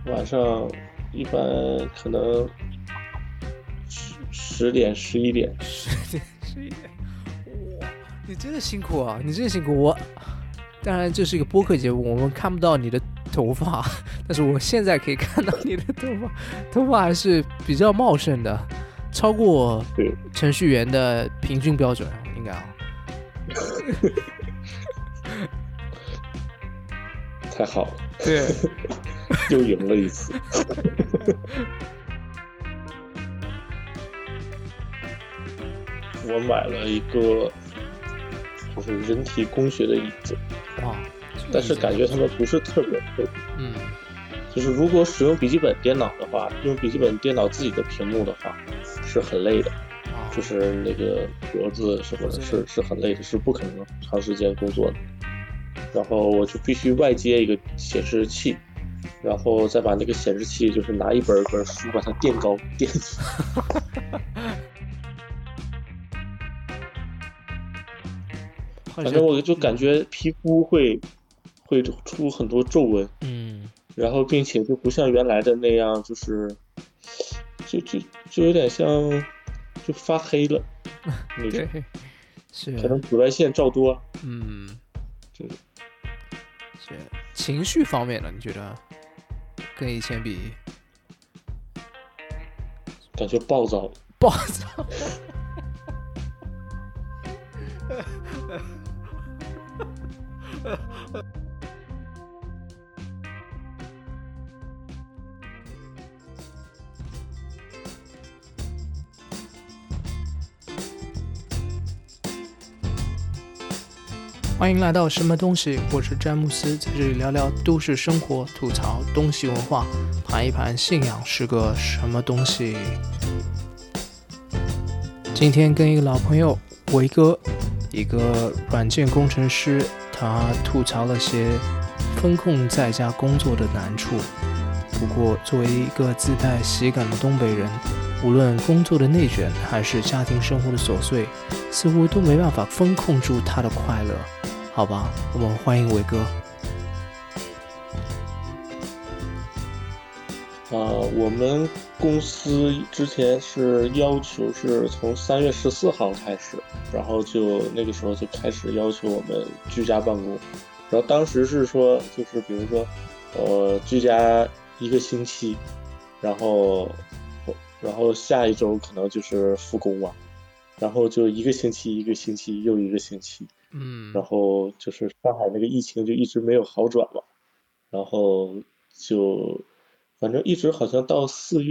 晚上一般可能10点11点。 10点11点，哇，你真的辛苦啊！你真的辛苦我。当然，这是一个播客节目，我们看不到你的头发，但是我现在可以看到你的头发，头发还是比较茂盛的，超过对， 程序员的平均标准，应该啊。 太好了， 对， 又赢了一次。我买了一个就是人体工学的椅子， 哇， 但是感觉它们不是特别厚。 嗯， 就是如果使用笔记本电脑的话，用笔记本电脑自己的屏幕的话，是很累的。就是那个脖子什么的是很累的，是不可能长时间工作的。然后我就必须外接一个显示器，然后再把那个显示器就是拿一本一本书把它垫高垫。反正我就感觉皮肤会出很多皱纹，然后并且就不像原来的那样，就是就有点像就发黑了那种， 是可能紫外线照多， 是情绪方面的，你觉得跟以前比， 感觉暴躁。 欢迎来到什么东西，我是詹姆斯，在这里聊聊都市生活，吐槽东西文化，盘一盘信仰是个什么东西。今天跟一个老朋友维哥，一个软件工程师，他吐槽了些风控在家工作的难处。不过作为一个自带喜感的东北人，无论工作的内卷还是家庭生活的琐碎，似乎都没办法风控住他的快乐。好吧，我们欢迎伟哥。 我们公司之前是要求是从3月14号开始，然后就那个时候就开始要求我们居家办公，然后当时是说就是比如说居家1个星期，然后下一周可能就是复工嘛，然后就1个星期1个星期又1个星期，然后就是上海那个疫情就一直没有好转嘛，然后就反正一直好像到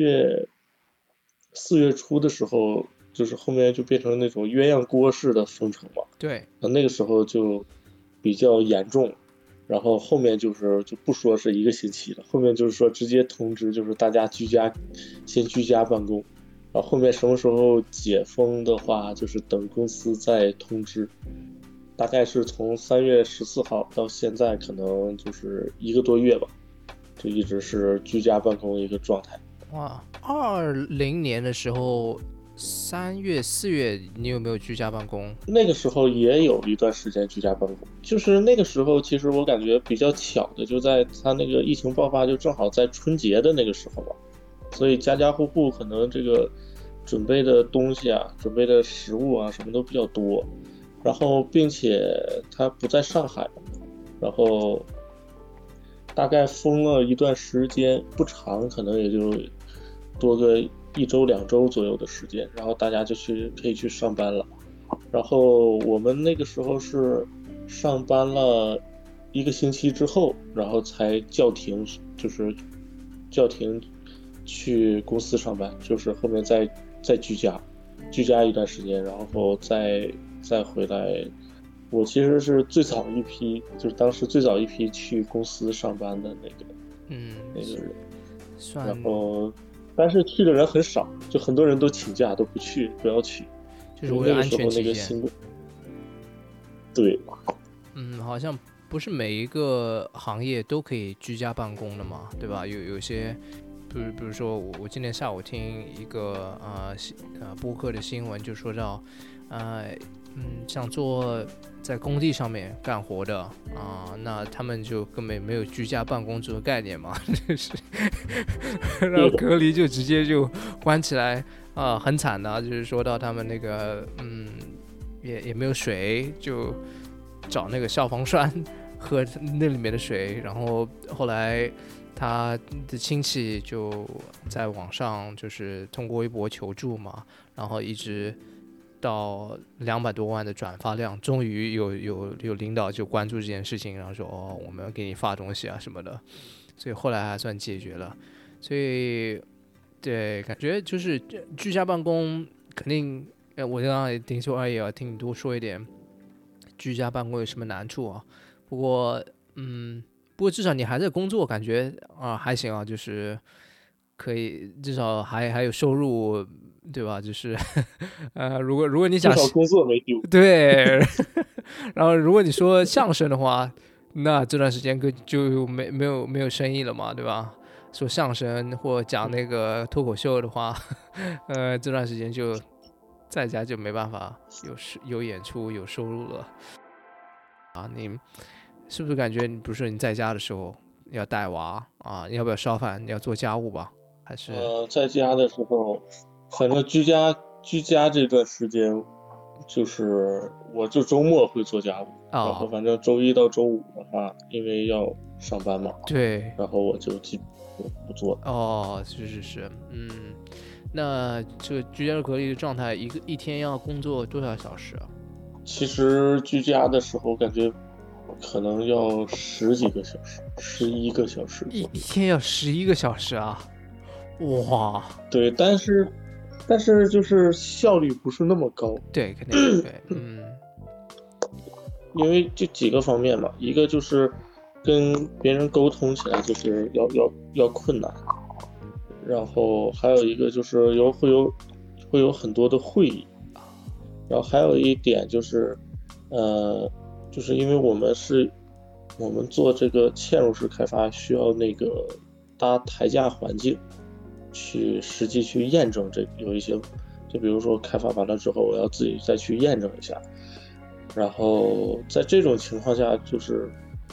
4月初的时候，就是后面就变成那种鸳鸯锅式的封城嘛。 对， 那个时候就比较严重，然后后面就不说是1个星期了，后面就是说直接通知就是大家先居家办公，然后后面什么时候解封的话，就是等公司再通知。大概是从3月14号到现在，可能就是1个多月吧，就一直是居家办公一个状态。 哇，20年的时候，3月4月，你有没有居家办公？ 那个时候也有一段时间居家办公，就是那个时候，其实我感觉比较巧的，就在他那个疫情爆发，就正好在春节的那个时候吧，所以家家户户可能这个准备的东西啊，准备的食物啊，什么都比较多。然后并且他不在上海，然后大概封了一段时间，不长，可能也就多个1周2周左右的时间，然后大家就可以去上班了。然后我们那个时候是上班了1个星期之后，然后才叫停，就是叫停去公司上班，就是后面再居家一段时间，然后再回来。我其实是最早一批，就是当时最早一批去公司上班的那个人，然后但是去的人很少，就很多人都请假都不要去， 就是为了安全起见。 对， 好像不是每一个行业都可以居家办公的嘛，对吧？有些，比如说我今天下午听一个播客的新闻，就说到， 想做在工地上面干活的那他们就根本没有居家办公这个概念嘛，就是然后隔离就直接就关起来很惨的，就是说到他们那个也没有水，就找那个消防栓喝那里面的水，然后后来他的亲戚就在网上就是通过微博求助嘛，然后一直到200多万的转发量，终于有领导就关注这件事情，然后说我们要给你发东西啊什么的，所以后来还算解决了。所以对，感觉就是居家办公肯定，我刚刚也听说而已啊，听你多说一点居家办公有什么难处啊？不过至少你还在工作，感觉还行啊，就是可以至少还有收入，对吧？就是如果你想至少工作没丢， 对，然后如果你说相声的话，那这段时间就没有生意了嘛，对吧？说相声或讲那个脱口秀的话，这段时间就在家就没办法有演出有收入了你是不是感觉比如说你在家的时候要带娃你要不要烧饭，你要做家务吧？还是在家的时候，反正居家这段时间，就是我就周末会做家务，然后反正周一到周五的话，因为要上班嘛， 对， 然后我就基本不做是，那这个居家隔离的状态，一天要工作多少小时啊？ 其实居家的时候感觉可能要10几个小时，11个小时， 一天要11个小时啊！哇， 对，但是就是效率不是那么高， 对，肯定对， 因为这几个方面嘛，一个就是跟别人沟通起来就是要困难，然后还有一个就是会有很多的会议，然后还有一点就是就是因为我们做这个嵌入式开发需要那个搭台架环境去实际去验证这有一些，就比如说开发完了之后我要自己再去验证一下，然后在这种情况下就是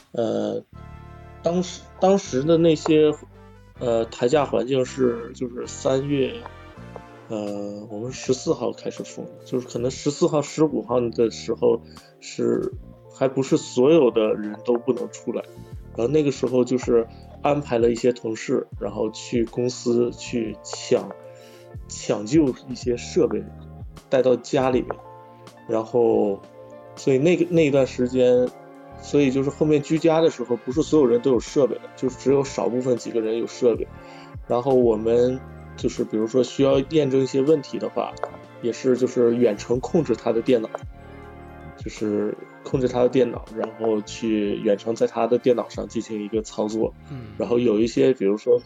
当时的那些台架环境就是3月我们14号开始封，就是可能14号15号的时候还不是所有的人都不能出来，然后那个时候就是安排了一些同事，然后去公司去抢救一些设备带到家里面，然后所以那一段时间，所以就是后面居家的时候不是所有人都有设备的，就只有少部分几个人有设备，然后我们就是比如说需要验证一些问题的话，也是就是远程控制他的电脑，就是控制他的电脑，然后去远程在他的电脑上进行一个操作，然后有一些比如说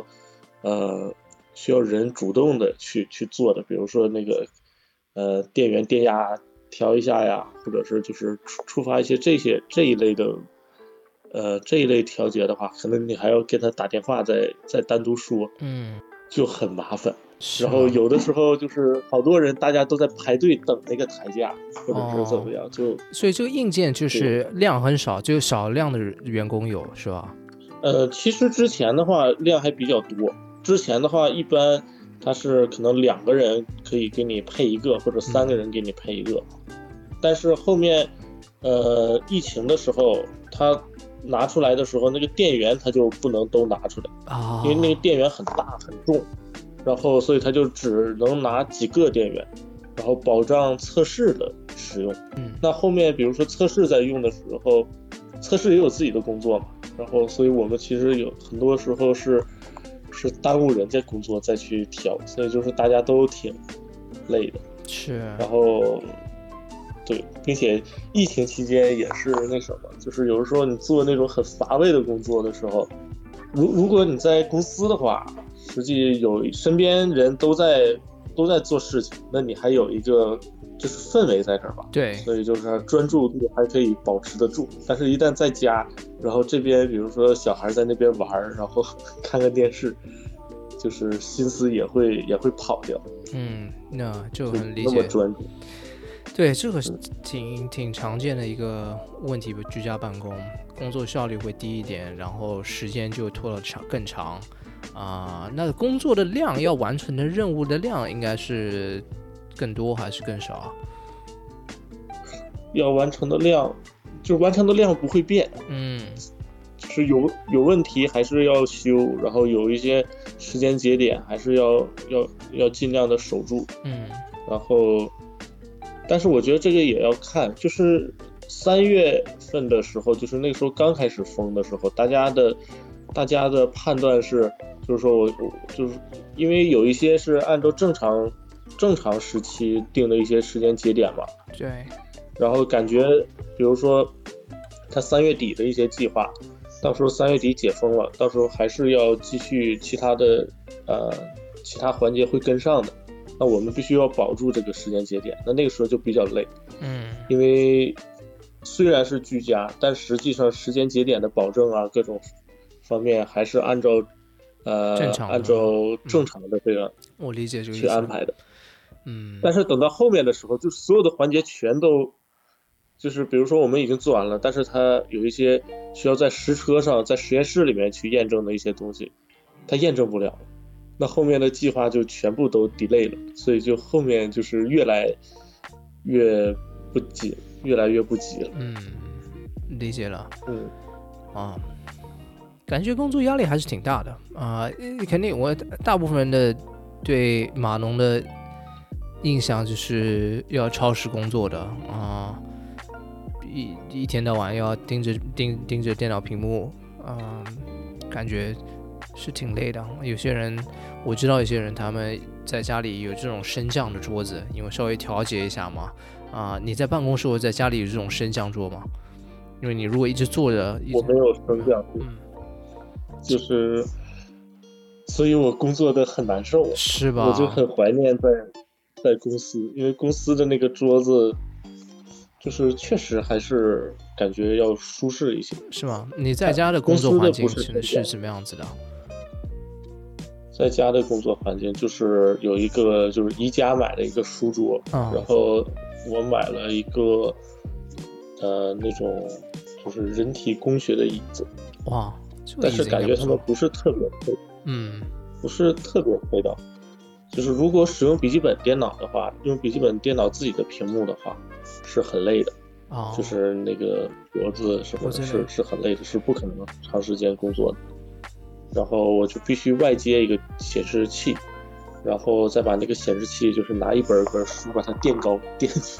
需要人主动的去做的，比如说那个电源电压调一下呀，或者是就是触发一些这一类的这一类调节的话，可能你还要给他打电话再单独说，就很麻烦。然后有的时候就是好多人大家都在排队等那个台架，或者是怎么样， 所以这个硬件就是量很少，就少量的员工有是吧？ 其实之前的话量还比较多，之前的话一般它是可能2个人可以给你配一个，或者3个人给你配一个，但是后面疫情的时候它拿出来的时候，那个电源它就不能都拿出来，因为那个电源很大很重，然后所以它就只能拿几个电源，然后保障测试的使用。那后面比如说测试在用的时候，测试也有自己的工作嘛，然后所以我们其实有很多时候是耽误人家工作再去调，所以就是大家都挺累的。 是， 然后对，并且疫情期间也是那什么，就是有的时候你做那种很乏味的工作的时候，如果你在公司的话，实际有身边人都在做事情，那你还有一个就是氛围在这儿吧， 对， 所以就是专注度还可以保持得住。但是一旦在家，然后这边比如说小孩在那边玩，然后看看电视，就是心思也会跑掉。 那就很理解。 那么专注。 对，这个是挺常见的一个问题吧，居家办公，工作效率会低一点，然后时间就拖得更长那工作的量要完成的任务的量应该是更多还是更少啊？ 要完成的量，就是完成的量不会变，就是有问题还是要修，然后有一些时间节点还是要尽量的守住，然后，但是我觉得这个也要看，就是3月份的时候，就是那个时候刚开始封的时候，大家的判断是，就是说我就是因为有一些是按照正常时期定的一些时间节点嘛， 对。 然后感觉，比如说他3月底的一些计划，到时候3月底解封了，到时候还是要继续其他环节会跟上的，那我们必须要保住这个时间节点，那个时候就比较累，因为虽然是居家，但实际上时间节点的保证各种方面还是按照正常的这个我理解这个去安排的，但是等到后面的时候，就所有的环节全都。就是比如说我们已经做完了，但是它有一些需要在实车上在实验室里面去验证的一些东西，它验证不了，那后面的计划就全部都 delay 了，所以就后面就是越来越不急了。 理解了。感觉工作压力还是挺大的肯定我大部分人的对码农的印象就是要超时工作的一天到晚要盯着电脑屏幕，感觉是挺累的。我知道有些人他们在家里有这种升降的桌子，因为稍微调节一下嘛。你在办公室或在家里有这种升降桌吗？因为你如果一直坐着， 我没有升降桌，就是所以我工作的很难受， 是吧？ 我就很怀念在公司，因为公司的那个桌子。就是确实还是感觉要舒适一些， 是吗？你在家的工作环境是什么样子的？ 在家的工作环境就是有一个就是宜家买的一个书桌，然后我买了一个那种就是人体工学的椅子， 哇！ 但是感觉他们不是特别配，不是特别配到，就是如果使用笔记本电脑的话，用笔记本电脑自己的屏幕的话。是很累的，就是那个脖子什么的是很累的，是不可能长时间工作的。然后我就必须外接一个显示器，然后再把那个显示器就是拿一本书把它垫高垫起。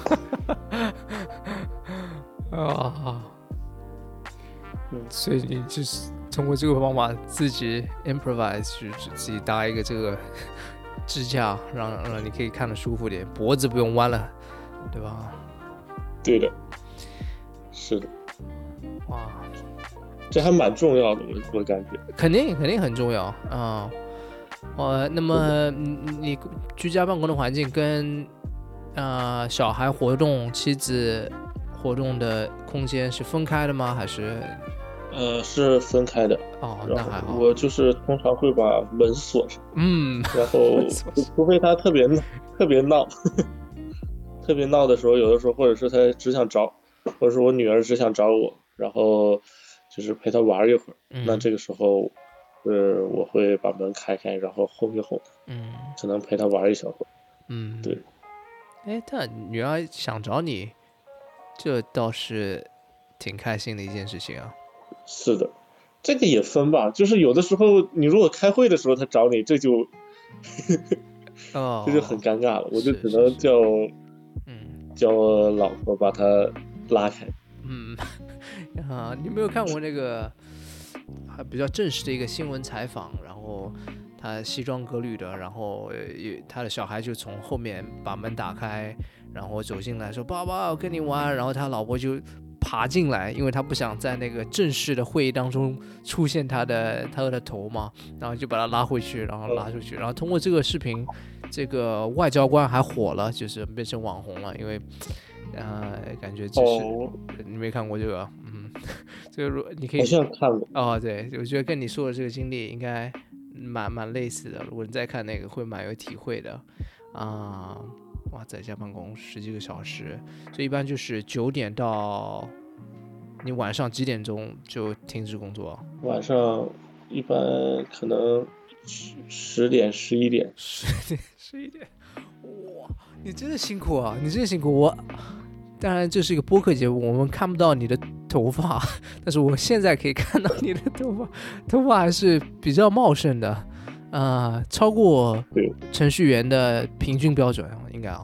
所以你就是通过这个方法自己 improvise 去自己搭一个这个支架，让你可以看得舒服点，脖子不用弯了。对吧？ 对的，是的。 哇， 这还蛮重要的，我感觉。 肯定很重要那么你居家办公的环境跟小孩活动、妻子活动的空间是分开的吗？还是？ 是分开的。 那还好。 我就是通常会把门锁上。然后除非他特别闹。特别闹的时候，有的时候或者是他只想找，或者是我女儿只想找我，然后就是陪她玩一会儿，那这个时候我会把门开开，然后哄一哄，只能陪她玩一小会儿。对。 但女儿想找你，这倒是挺开心的一件事情啊。 是的，这个也分吧，就是有的时候你如果开会的时候她找你，这就这就很尴尬了，我就只能叫我老婆把她拉开。 你有没有看过那个比较正式的一个新闻采访？然后他西装革履的，然后他的小孩就从后面把门打开，然后走进来说：“爸爸，我跟你玩。”然后他老婆就爬进来，因为他不想在那个正式的会议当中出现他的头嘛，然后就把他拉回去，然后拉出去，然后通过这个视频，这个外交官还火了，就是变成网红了，因为感觉就是你没看过这个，这个你可以好像看过对，我觉得跟你说的这个经历应该蛮类似的，如果你再看那个会蛮有体会的哇，在家办公10几个小时，所以一般就是9点到你晚上几点钟就停止工作？ 晚上一般可能10点、11点。 11点，哇，你真的辛苦啊！你真的辛苦。我当然这是一个播客节目，我们看不到你的头发，但是我现在可以看到你的头发还是比较茂盛的，超过程序员的平均标准，应该啊。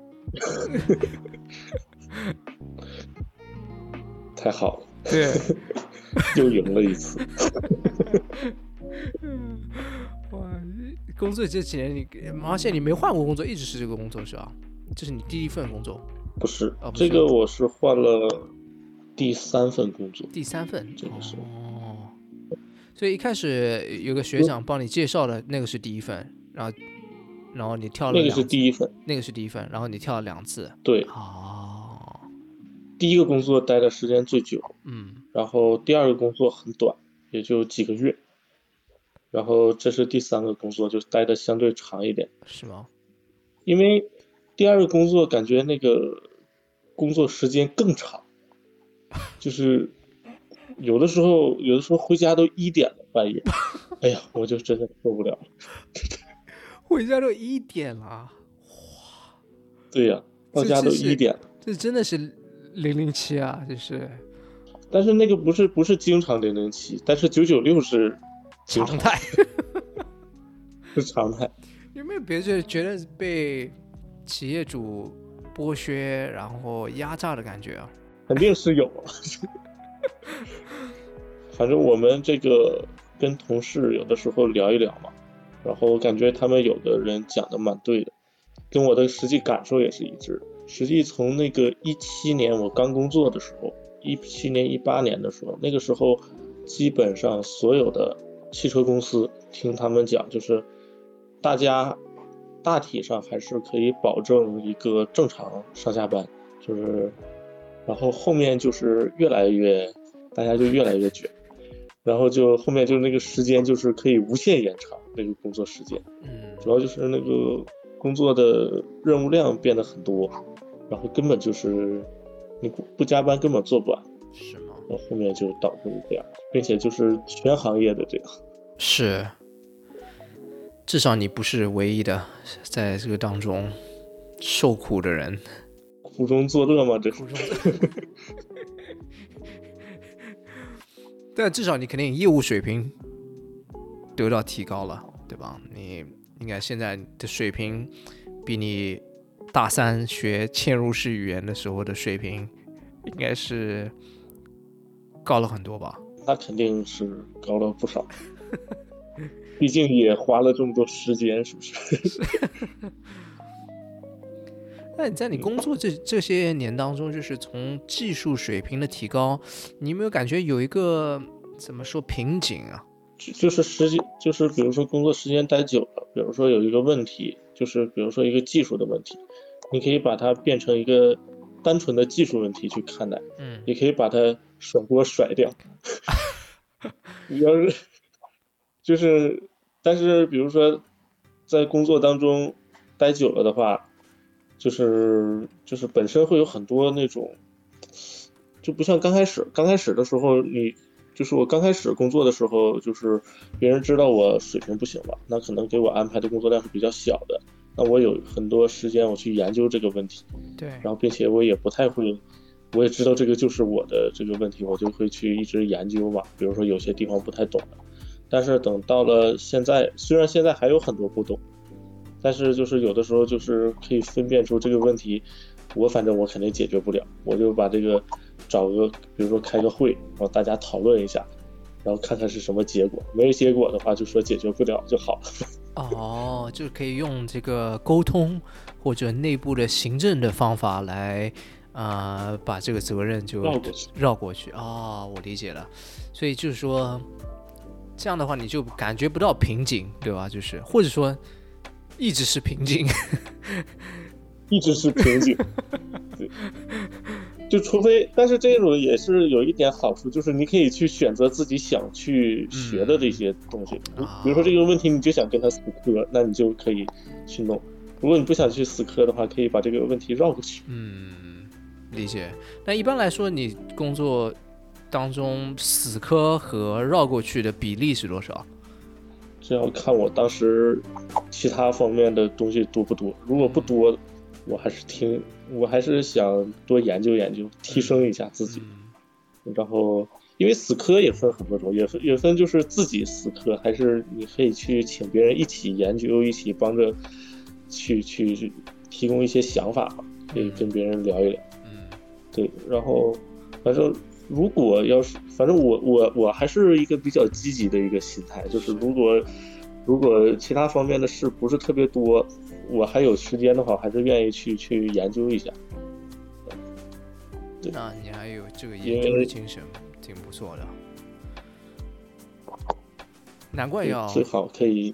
太好了， 对， 又赢了一次。 哇，工作这几年而且你没换过工作，一直是这个工作是吧？这是你第一份工作？ 不是，这个我是换了第3份工作。 第3份， 这个是。 哦，所以一开始有个学长帮你介绍的那个是第一份，然后你跳了那个是第一份， 那个是第一份，然后你跳了2次。 对。 哦， 第一个工作待的时间最久，然后第二个工作很短，也就几个月，然后这是第3个工作，就待的相对长一点。 是吗？ 因为第二个工作感觉那个工作时间更长，就是有的时候回家都1点了，半夜，哎呀，我就真的受不了了。 回家都1点了，哇！ 对呀，到家都1点了。 这真的是007啊，这是。 但是那个不是经常007，但是996是常态， 是常态。 有没有别人觉得被企业主剥削然后压榨的感觉啊？ 肯定是有啊。反正我们这个跟同事有的时候聊一聊嘛，然后我感觉他们有的人讲的蛮对的，跟我的实际感受也是一致。实际从那个17年我刚工作的时候，17年18年的时候，那个时候基本上所有的汽车公司听他们讲，就是大家大体上还是可以保证一个正常上下班，就是然后后面就是大家就越来越卷，然后就后面就那个时间就是可以无限延长那个工作时间，主要就是那个工作的任务量变得很多，然后根本就是你不加班根本做不完， 是吗？ 然后后面就导致这样，并且就是全行业的这样。 是，至少你不是唯一的在这个当中受苦的人。 苦中作乐吗？这是。 但至少你肯定业务水平得到提高了，对吧？你应该现在的水平比你大3学嵌入式语言的时候的水平应该是高了很多吧？ 那肯定是高了不少。毕竟也花了这么多时间，是不是？ 那你在你工作这些年当中，就是从技术水平的提高，你有没有感觉有一个怎么说瓶颈啊？ 就是比如说工作时间待久了，比如说有一个问题，就是比如说一个技术的问题，你可以把它变成一个单纯的技术问题去看待，也可以把它甩锅甩掉。你要是就是，但是比如说在工作当中待久了的话，就是本身会有很多那种，就不像刚开始的时候，就是我刚开始工作的时候，就是别人知道我水平不行了，那可能给我安排的工作量是比较小的，那我有很多时间我去研究这个问题， 对， 然后并且我也不太会，我也知道这个就是我的这个问题，我就会去一直研究嘛，比如说有些地方不太懂的，但是等到了现在，虽然现在还有很多不懂，但是就是有的时候就是可以分辨出这个问题，反正我肯定解决不了，我就把这个找个，比如说开个会，然后大家讨论一下，然后看看是什么结果，没结果的话就说解决不了就好了。 哦，就可以用这个沟通或者内部的行政的方法来把这个责任就绕过去。哦，我理解了。所以就是说这样的话你就感觉不到瓶颈，对吧？就是或者说一直是瓶颈。 一直是瓶颈。对，就除非，但是这种也是有一点好处，就是你可以去选择自己想去学的这些东西。比如说这个问题你就想跟他死磕，那你就可以去弄。 如果你不想去死磕的话，可以把这个问题绕过去。 理解。那一般来说，你工作当中死磕和绕过去的比例是多少？ 这要看我当时其他方面的东西多不多。如果不多，我还是想多研究研究，提升一下自己。然后，因为死磕也分很多种，也分就是自己死磕，还是你可以去请别人一起研究，一起帮着去提供一些想法吧，可以跟别人聊一聊。对，然后反正如果要是，反正我还是一个比较积极的一个心态，就是如果其他方面的事不是特别多，我还有时间的话，还是愿意去研究一下。对， 那你还有这个研究的精神，挺不错的。难怪要最好可以，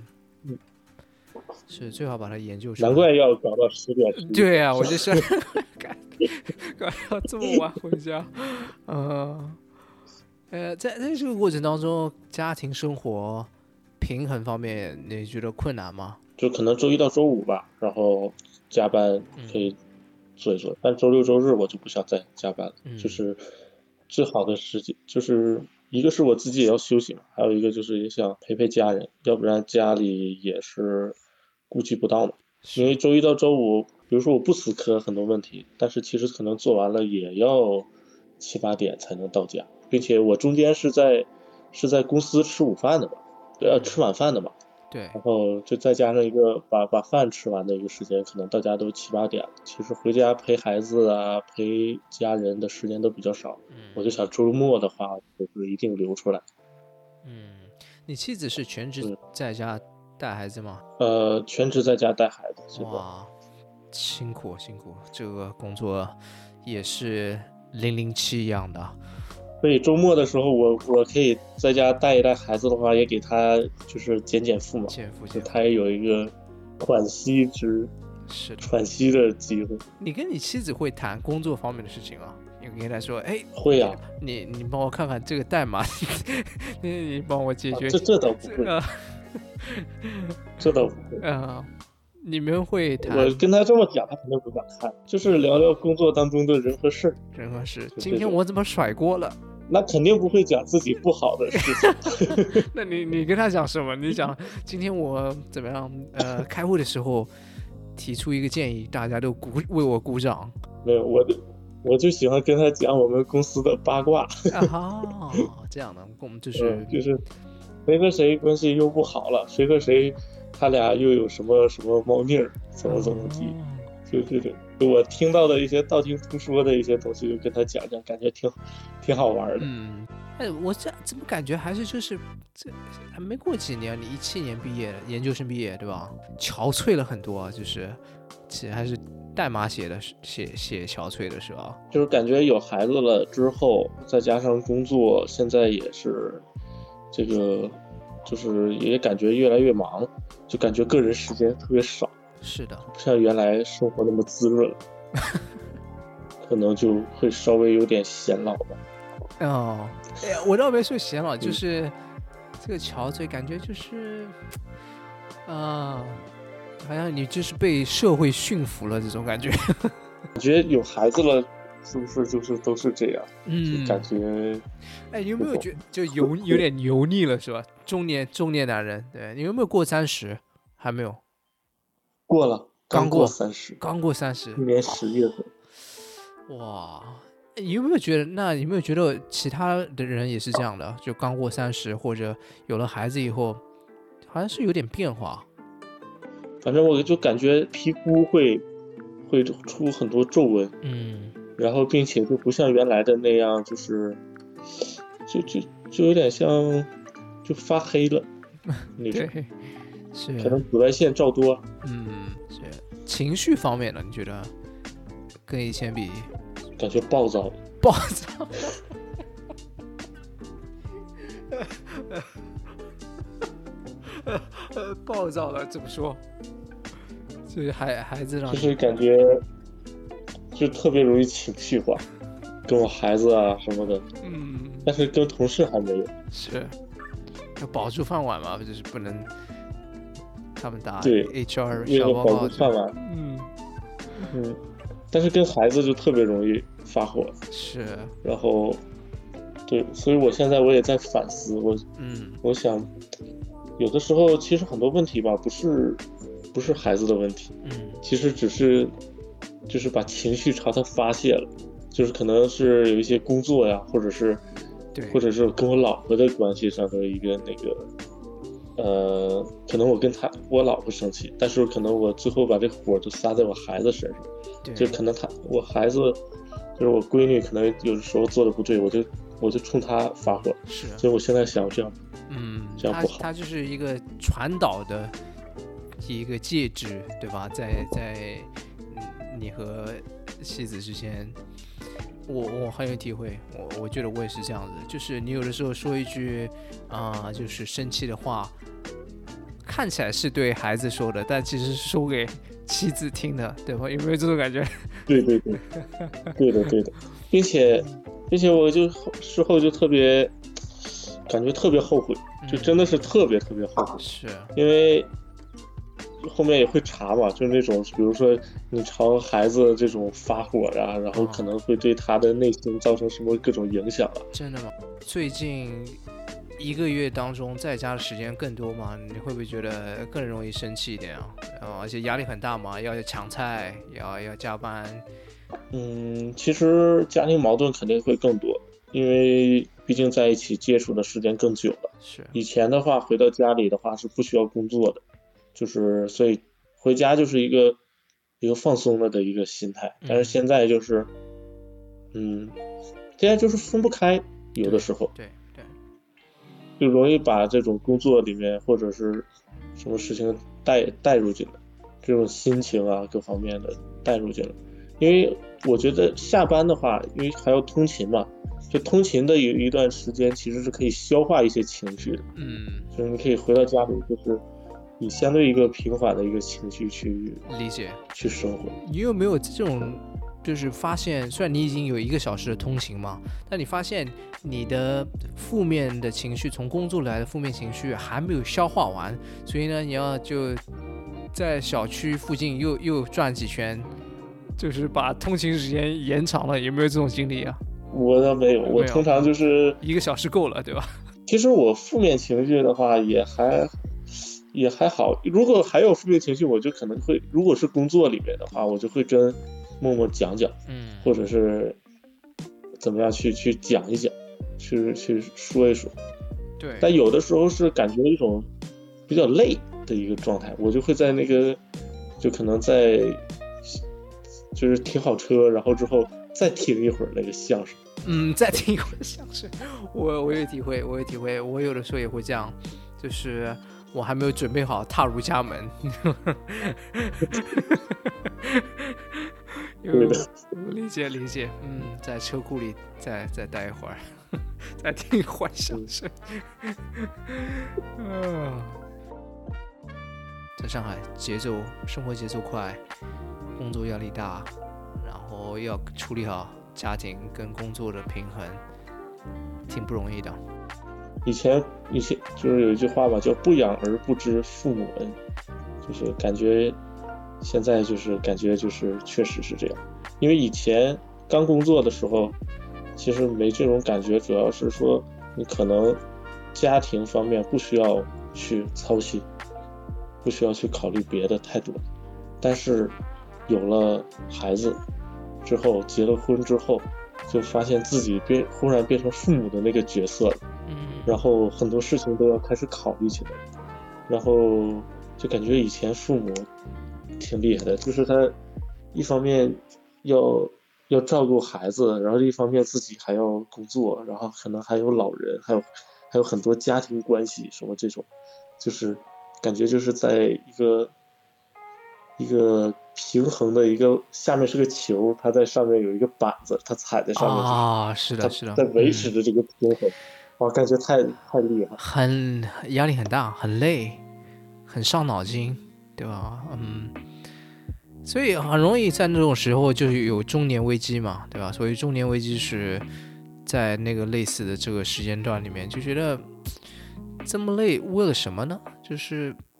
是最好把它研究出来。 难怪要搞到10点。 对啊，我就想搞到这么晚回家。在这个过程当中，家庭生活平衡方面，你觉得困难吗？ 就可能周一到周五吧，然后加班可以做一做，但周六周日我就不想再加班了。就是最好的时间，就是一个是我自己也要休息嘛，还有一个就是也想陪陪家人，要不然家里也是顾及不到嘛。因为周一到周五，比如说我不死磕很多问题，但是其实可能做完了也要7、8点才能到家，并且我中间是在公司吃午饭的嘛，吃晚饭的嘛。 对， 然后就再加上一个把饭吃完的一个时间，可能大家都7、8点了。其实回家陪孩子啊、陪家人的时间都比较少。我就想周末的话，就是一定留出来。 你妻子是全职在家带孩子吗？ 全职在家带孩子。 哇，辛苦，这个工作也是007一样的。 所以周末的时候我可以在家带一带孩子的话，也给他就是减负嘛，就他也有一个喘息的机会。 你跟你妻子会谈工作方面的事情吗？你跟他说， 会啊， 你帮我看看这个代码，你帮我解决。 这倒不会，这倒不会。 你们会谈？ 我跟他这么讲，他肯定不敢看，就是聊聊工作当中的人和事。 今天我怎么甩锅了？ 那肯定不会讲自己不好的事情。 那你跟他讲什么？你讲今天我怎么样？开会的时候提出一个建议，大家都为我鼓掌。 没有，我就喜欢跟他讲我们公司的八卦。 这样的，我们就是谁和谁关系又不好了，谁和谁他俩又有什么猫腻儿，怎么地，就这种。我听到的一些道听途说的一些东西，就跟他讲讲，感觉挺好玩的。 我怎么感觉还是这还没过几年，你17年毕业，研究生毕业对吧？憔悴了很多，就是其实还是代码写憔悴的是吧？ 就是感觉有孩子了之后，再加上工作，现在也是这个，就是也感觉越来越忙，就感觉个人时间特别少。 是的， 不像原来生活那么滋润，可能就会稍微有点显老吧。 我倒没说显老，就是这个憔悴，感觉就是好像你就是被社会驯服了这种感觉。 感觉有孩子了，是不是就是都是这样？就感觉， 你有没有觉得就有点油腻了是吧？中年男人，对，你有没有过30？还没有。 过了，刚过30，今年10月份。 哇，你有没有觉得？那有没有觉得其他的人也是这样的？就刚过30，或者有了孩子以后，好像是有点变化。 反正我就感觉皮肤会出很多皱纹，然后并且就不像原来的那样，就是就有点像就发黑了那种。 是可能紫外线照多。 是情绪方面呢？你觉得跟以前比？ 感觉暴躁。 暴躁了怎么说？就是孩子让就是感觉就特别容易情绪化，跟我孩子啊什么的。但是跟同事还没有。 是要保住饭碗嘛，就是不能他们打对 HR 为了保小报告住饭碗，但是跟孩子就特别容易发火， 是， 然后对，所以我现在也在反思，我想有的时候其实很多问题吧，不是孩子的问题，其实就是把情绪朝他发泄了，就是可能是有一些工作呀，或者是跟我老婆的关系上的一个那个，可能我跟我老婆生气，但是可能我最后把这火都撒在我孩子身上，就可能我孩子就是我闺女，可能有的时候做的不对，我就冲她发火，所以我现在想这样，这样不好。 它就是一个传导的一个介质，对吧？在你和妻子之间，我很有体会，我觉得我也是这样子，就是你有的时候说一句就是生气的话，看起来是对孩子说的，但其实是说给妻子听的，对吧？有没有这种感觉？ 对的，并且我就事后就感觉特别后悔，就真的是特别后悔， 是因为后面也会查嘛，就是那种比如说你朝孩子这种发火啊，然后可能会对他的内心造成什么各种影响啊。 真的吗？最近1个月当中在家的时间更多吗？你会不会觉得更容易生气一点啊？而且压力很大嘛，要抢菜，要加班。 其实家庭矛盾肯定会更多，因为毕竟在一起接触的时间更久了。 是以前的话，回到家里的话是不需要工作的，就是所以回家就是一个放松了的一个心态。但是现在就是，现在就是分不开，有的时候对， 就容易把这种工作里面或者是什么事情带入进来，这种心情啊各方面的带入进来。因为我觉得下班的话，因为还要通勤嘛，就通勤的有一段时间其实是可以消化一些情绪的，就是你可以回到家里，就是以相对一个平缓的一个情绪去理解去生活。 你有没有这种就是发现，虽然你已经有1个小时的通勤嘛，但你发现你的负面的情绪，从工作来的负面情绪还没有消化完，所以呢，你要就在小区附近又转几圈，就是把通勤时间延长了。有没有这种经历啊？ 我倒没有，我通常就是 1个小时够了，对吧？ 其实我负面情绪的话也还好，如果还有负面情绪，我就可能会，如果是工作里面的话，我就会跟默默讲，或者是怎么样去讲一讲，去说一说。 对。 但有的时候是感觉一种比较累的一个状态，我就会在那个，就可能就是停好车，然后之后再听一会儿那个相声。 再听一会儿相声，我有体会，我有的时候也会这样，就是我还没有准备好踏入家门。 对的， 理解，在车库里再待一会儿，再听一会儿相声。在上海生活节奏快，工作压力大，然后要处理好家庭跟工作的平衡，挺不容易的。 以前就是有一句话吧，叫不养儿不知父母恩，就是感觉现在就是感觉就是确实是这样。因为以前刚工作的时候其实没这种感觉，主要是说你可能家庭方面不需要去操心，不需要去考虑别的太多，但是有了孩子之后，结了婚之后，就发现自己忽然变成父母的那个角色了，然后很多事情都要开始考虑起来，然后就感觉以前父母挺厉害的，就是他一方面要照顾孩子，然后一方面自己还要工作，然后可能还有老人，还有很多家庭关系什么这种，就是感觉就是在一个平衡的一个，下面是个球，它在上面有一个板子，它踩在上面啊，是的， 在维持着这个平衡，哇，感觉太厉害， 压力很大，很累，很伤脑筋，对吧？所以很容易在那种时候就有中年危机嘛，对吧？所以中年危机是在那个类似的这个时间段里面，就觉得这么累为了什么呢？就是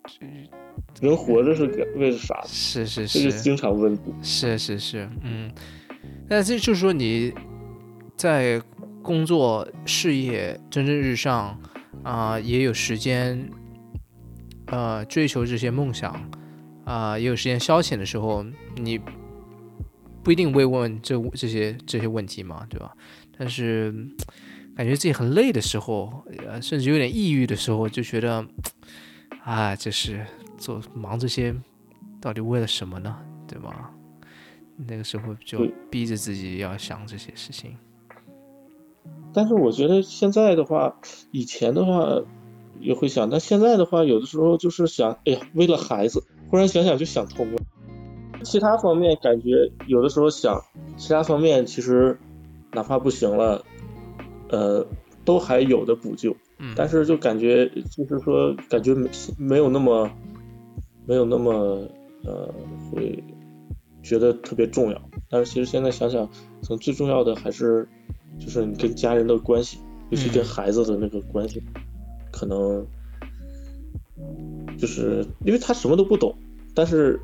人活着是为了啥？ 是， 这个经常问题。 是，但这就是说你在工作事业蒸蒸日上也有时间追求这些梦想也有时间消遣的时候，你不一定会问这些问题嘛，对吧？但是感觉自己很累的时候，甚至有点抑郁的时候，就觉得这是忙这些到底为了什么呢？对吧？那个时候就逼着自己要想这些事情。 但是我觉得现在的话，以前的话也会想，但现在的话，有的时候就是想，哎呀，为了孩子，忽然想想就想通了。其他方面感觉有的时候想，其他方面其实哪怕不行了，都还有的补救。但是就感觉就是说，感觉没有那么会觉得特别重要。但是其实现在想想，可能最重要的还是就是你跟家人的关系，尤其跟孩子的那个关系，可能就是因为他什么都不懂，但是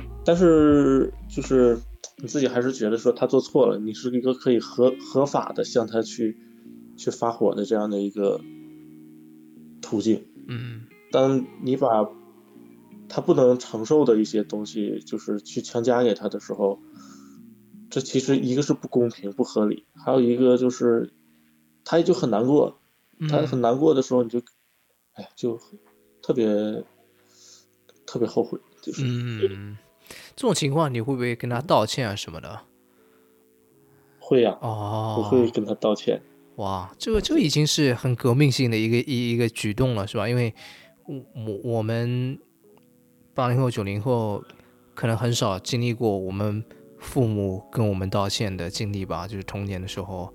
就是你自己还是觉得说他做错了，你是一个可以合法的向他去发火的这样的一个途径。当你把他不能承受的一些东西就是去强加给他的时候，这其实一个是不公平不合理，还有一个就是他也就很难过。他很难过的时候，你就就特别后悔。就是这种情况你会不会跟他道歉啊什么的？ 会呀。我会跟他道歉。 哇，这个已经是很革命性的一个举动了，是吧？因为我们80后90后可能很少经历过我们父母跟我们道歉的经历吧，就是童年的时候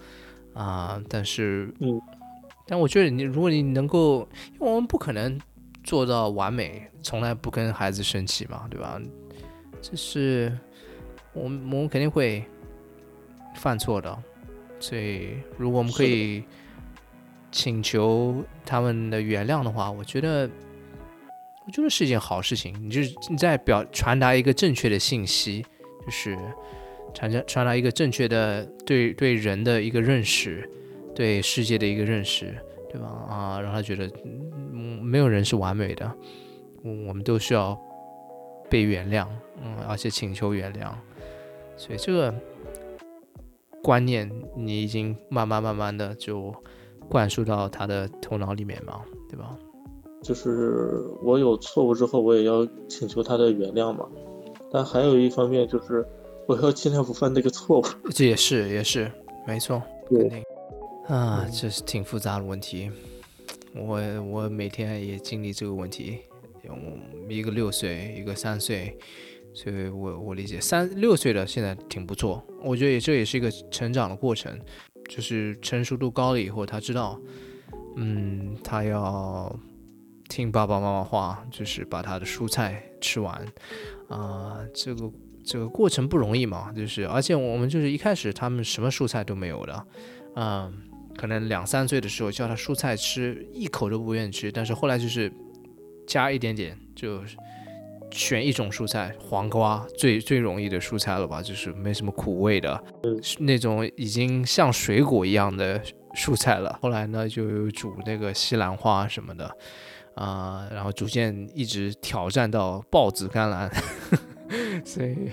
但我觉得如果你能够，因为我们不可能做到完美，从来不跟孩子生气嘛，对吧？这是我们肯定会犯错的，所以如果我们可以请求他们的原谅的话，我觉得是一件好事情。你在传达一个正确的信息，就是传达一个正确的对人的一个认识，对世界的一个认识，对吧？让他觉得没有人是完美的，我们都需要被原谅，而且请求原谅。所以这个观念你已经慢慢的就灌输到他的头脑里面嘛，对吧？ 就是我有错误之后，我也要请求他的原谅嘛。但还有一方面就是我要尽量不犯这个错误。 这也是没错，肯定这是挺复杂的问题。我每天也经历这个问题，一个6岁，一个3岁，所以我理解6岁的现在挺不错。我觉得这也是一个成长的过程，就是成熟度高了以后，他知道，他要听爸爸妈妈话，就是把他的蔬菜吃完这个过程不容易嘛，就是而且我们就是一开始他们什么蔬菜都没有的，可能2、3岁的时候叫他蔬菜吃，一口都不愿意吃，但是后来就是加一点点，就选一种蔬菜，黄瓜最容易的蔬菜了吧，就是没什么苦味的，那种已经像水果一样的蔬菜了。后来呢，就有煮那个西兰花什么的，然后逐渐一直挑战到豹子甘蓝。所以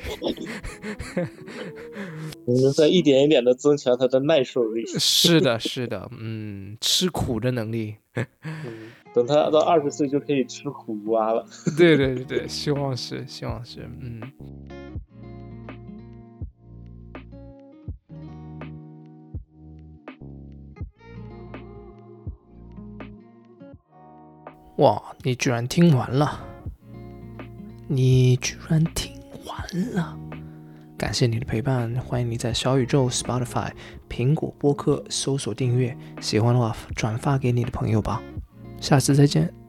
我们在一点一点的增强他的耐受力。 是的，吃苦的能力。 等他到20岁就可以吃苦瓜了。 对，希望是。哇，你居然听完了！感谢你的陪伴，欢迎你在小宇宙、Spotify、苹果播客搜索订阅，喜欢的话转发给你的朋友吧。下次再见。